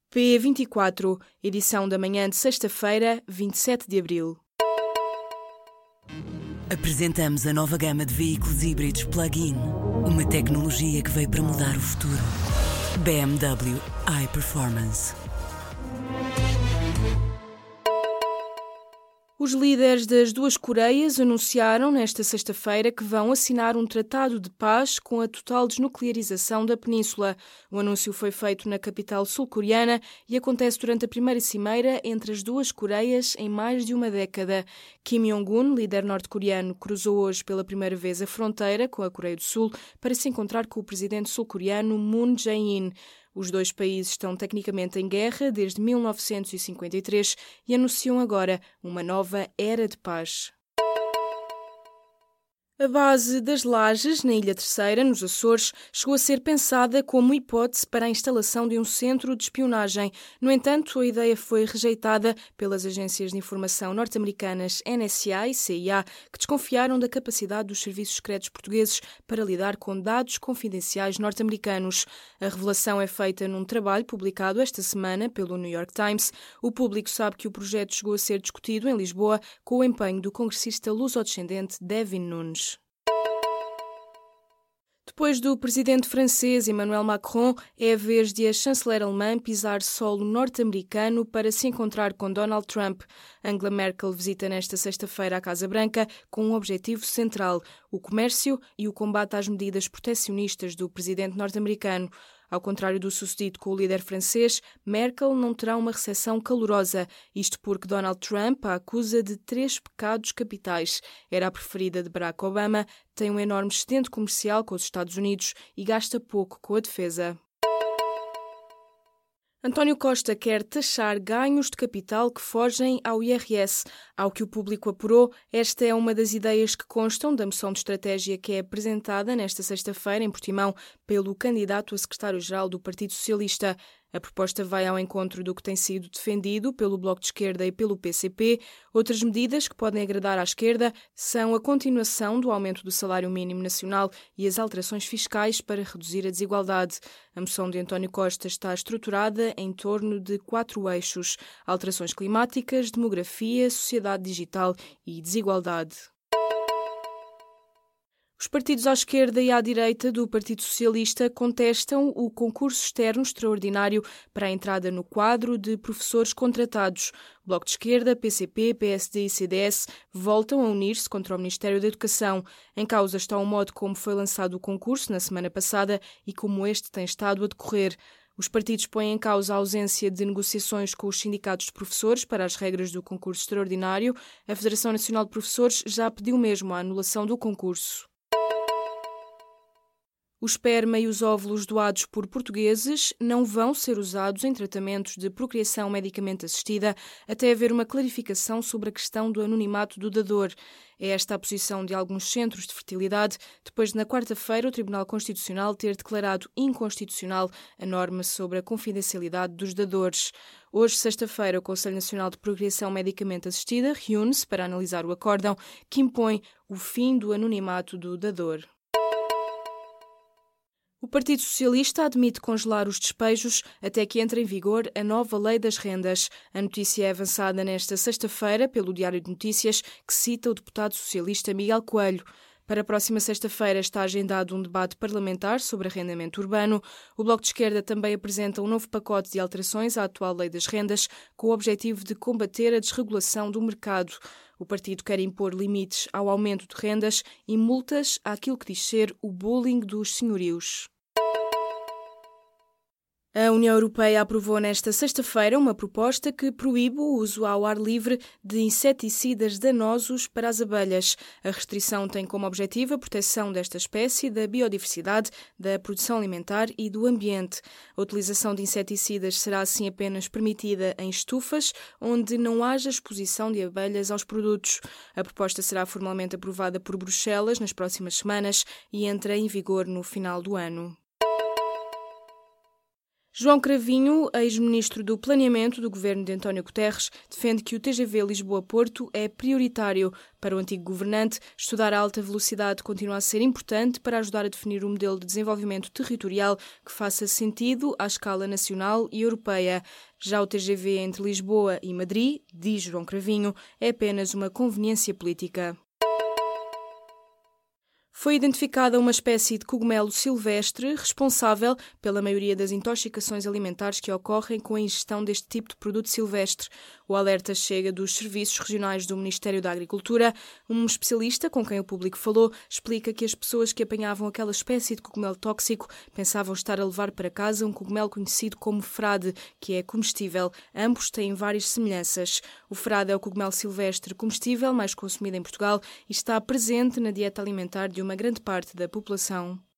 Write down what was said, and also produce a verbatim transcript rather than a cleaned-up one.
P vinte e quatro, edição da manhã de sexta-feira, vinte e sete de abril. Apresentamos a nova gama de veículos híbridos plug-in. Uma tecnologia que veio para mudar o futuro. B M W iPerformance. Os líderes das duas Coreias anunciaram nesta sexta-feira que vão assinar um tratado de paz com a total desnuclearização da península. O anúncio foi feito na capital sul-coreana e acontece durante a primeira cimeira entre as duas Coreias em mais de uma década. Kim Jong-un, líder norte-coreano, cruzou hoje pela primeira vez a fronteira com a Coreia do Sul para se encontrar com o presidente sul-coreano Moon Jae-in. Os dois países estão tecnicamente em guerra desde mil novecentos e cinquenta e três e anunciam agora uma nova era de paz. A base das Lajes, na Ilha Terceira, nos Açores, chegou a ser pensada como hipótese para a instalação de um centro de espionagem. No entanto, a ideia foi rejeitada pelas agências de informação norte-americanas N S A e C I A, que desconfiaram da capacidade dos serviços secretos portugueses para lidar com dados confidenciais norte-americanos. A revelação é feita num trabalho publicado esta semana pelo New York Times. O público sabe que o projeto chegou a ser discutido em Lisboa com o empenho do congressista luso-descendente Devin Nunes. Depois do presidente francês Emmanuel Macron, é a vez de a chanceler alemã pisar solo norte-americano para se encontrar com Donald Trump. Angela Merkel visita nesta sexta-feira a Casa Branca com um objetivo central: o comércio e o combate às medidas protecionistas do presidente norte-americano. Ao contrário do sucedido com o líder francês, Merkel não terá uma recepção calorosa, isto porque Donald Trump a acusa de três pecados capitais. Era a preferida de Barack Obama, tem um enorme excedente comercial com os Estados Unidos e gasta pouco com a defesa. António Costa quer taxar ganhos de capital que fogem ao I R S. Ao que o público apurou, esta é uma das ideias que constam da moção de estratégia que é apresentada nesta sexta-feira em Portimão pelo candidato a secretário-geral do Partido Socialista. A proposta vai ao encontro do que tem sido defendido pelo Bloco de Esquerda e pelo P C P. Outras medidas que podem agradar à esquerda são a continuação do aumento do salário mínimo nacional e as alterações fiscais para reduzir a desigualdade. A moção de António Costa está estruturada em torno de quatro eixos: alterações climáticas, demografia, sociedade digital e desigualdade. Os partidos à esquerda e à direita do Partido Socialista contestam o concurso externo extraordinário para a entrada no quadro de professores contratados. Bloco de Esquerda, P C P, P S D e C D S voltam a unir-se contra o Ministério da Educação. Em causa está o modo como foi lançado o concurso na semana passada e como este tem estado a decorrer. Os partidos põem em causa a ausência de negociações com os sindicatos de professores para as regras do concurso extraordinário. A Federação Nacional de Professores já pediu mesmo a anulação do concurso. O esperma e os óvulos doados por portugueses não vão ser usados em tratamentos de procriação medicamente assistida até haver uma clarificação sobre a questão do anonimato do dador. É esta a posição de alguns centros de fertilidade, depois de na quarta-feira o Tribunal Constitucional ter declarado inconstitucional a norma sobre a confidencialidade dos dadores. Hoje, sexta-feira, o Conselho Nacional de Procriação Medicamente Assistida reúne-se para analisar o acórdão que impõe o fim do anonimato do dador. O Partido Socialista admite congelar os despejos até que entre em vigor a nova Lei das Rendas. A notícia é avançada nesta sexta-feira pelo Diário de Notícias, que cita o deputado socialista Miguel Coelho. Para a próxima sexta-feira está agendado um debate parlamentar sobre arrendamento urbano. O Bloco de Esquerda também apresenta um novo pacote de alterações à atual Lei das Rendas, com o objetivo de combater a desregulação do mercado. O partido quer impor limites ao aumento de rendas e multas àquilo que diz ser o bullying dos senhorios. A União Europeia aprovou nesta sexta-feira uma proposta que proíbe o uso ao ar livre de inseticidas danosos para as abelhas. A restrição tem como objetivo a proteção desta espécie, da biodiversidade, da produção alimentar e do ambiente. A utilização de inseticidas será assim apenas permitida em estufas onde não haja exposição de abelhas aos produtos. A proposta será formalmente aprovada por Bruxelas nas próximas semanas e entra em vigor no final do ano. João Cravinho, ex-ministro do Planeamento do governo de António Guterres, defende que o T G V Lisboa-Porto é prioritário. Para o antigo governante, estudar a alta velocidade continua a ser importante para ajudar a definir um modelo de desenvolvimento territorial que faça sentido à escala nacional e europeia. Já o T G V entre Lisboa e Madrid, diz João Cravinho, é apenas uma conveniência política. Foi identificada uma espécie de cogumelo silvestre responsável pela maioria das intoxicações alimentares que ocorrem com a ingestão deste tipo de produto silvestre. O alerta chega dos serviços regionais do Ministério da Agricultura. Um especialista com quem o público falou explica que as pessoas que apanhavam aquela espécie de cogumelo tóxico pensavam estar a levar para casa um cogumelo conhecido como frade, que é comestível. Ambos têm várias semelhanças. O frade é o cogumelo silvestre comestível mais consumido em Portugal e está presente na dieta alimentar de uma uma grande parte da população.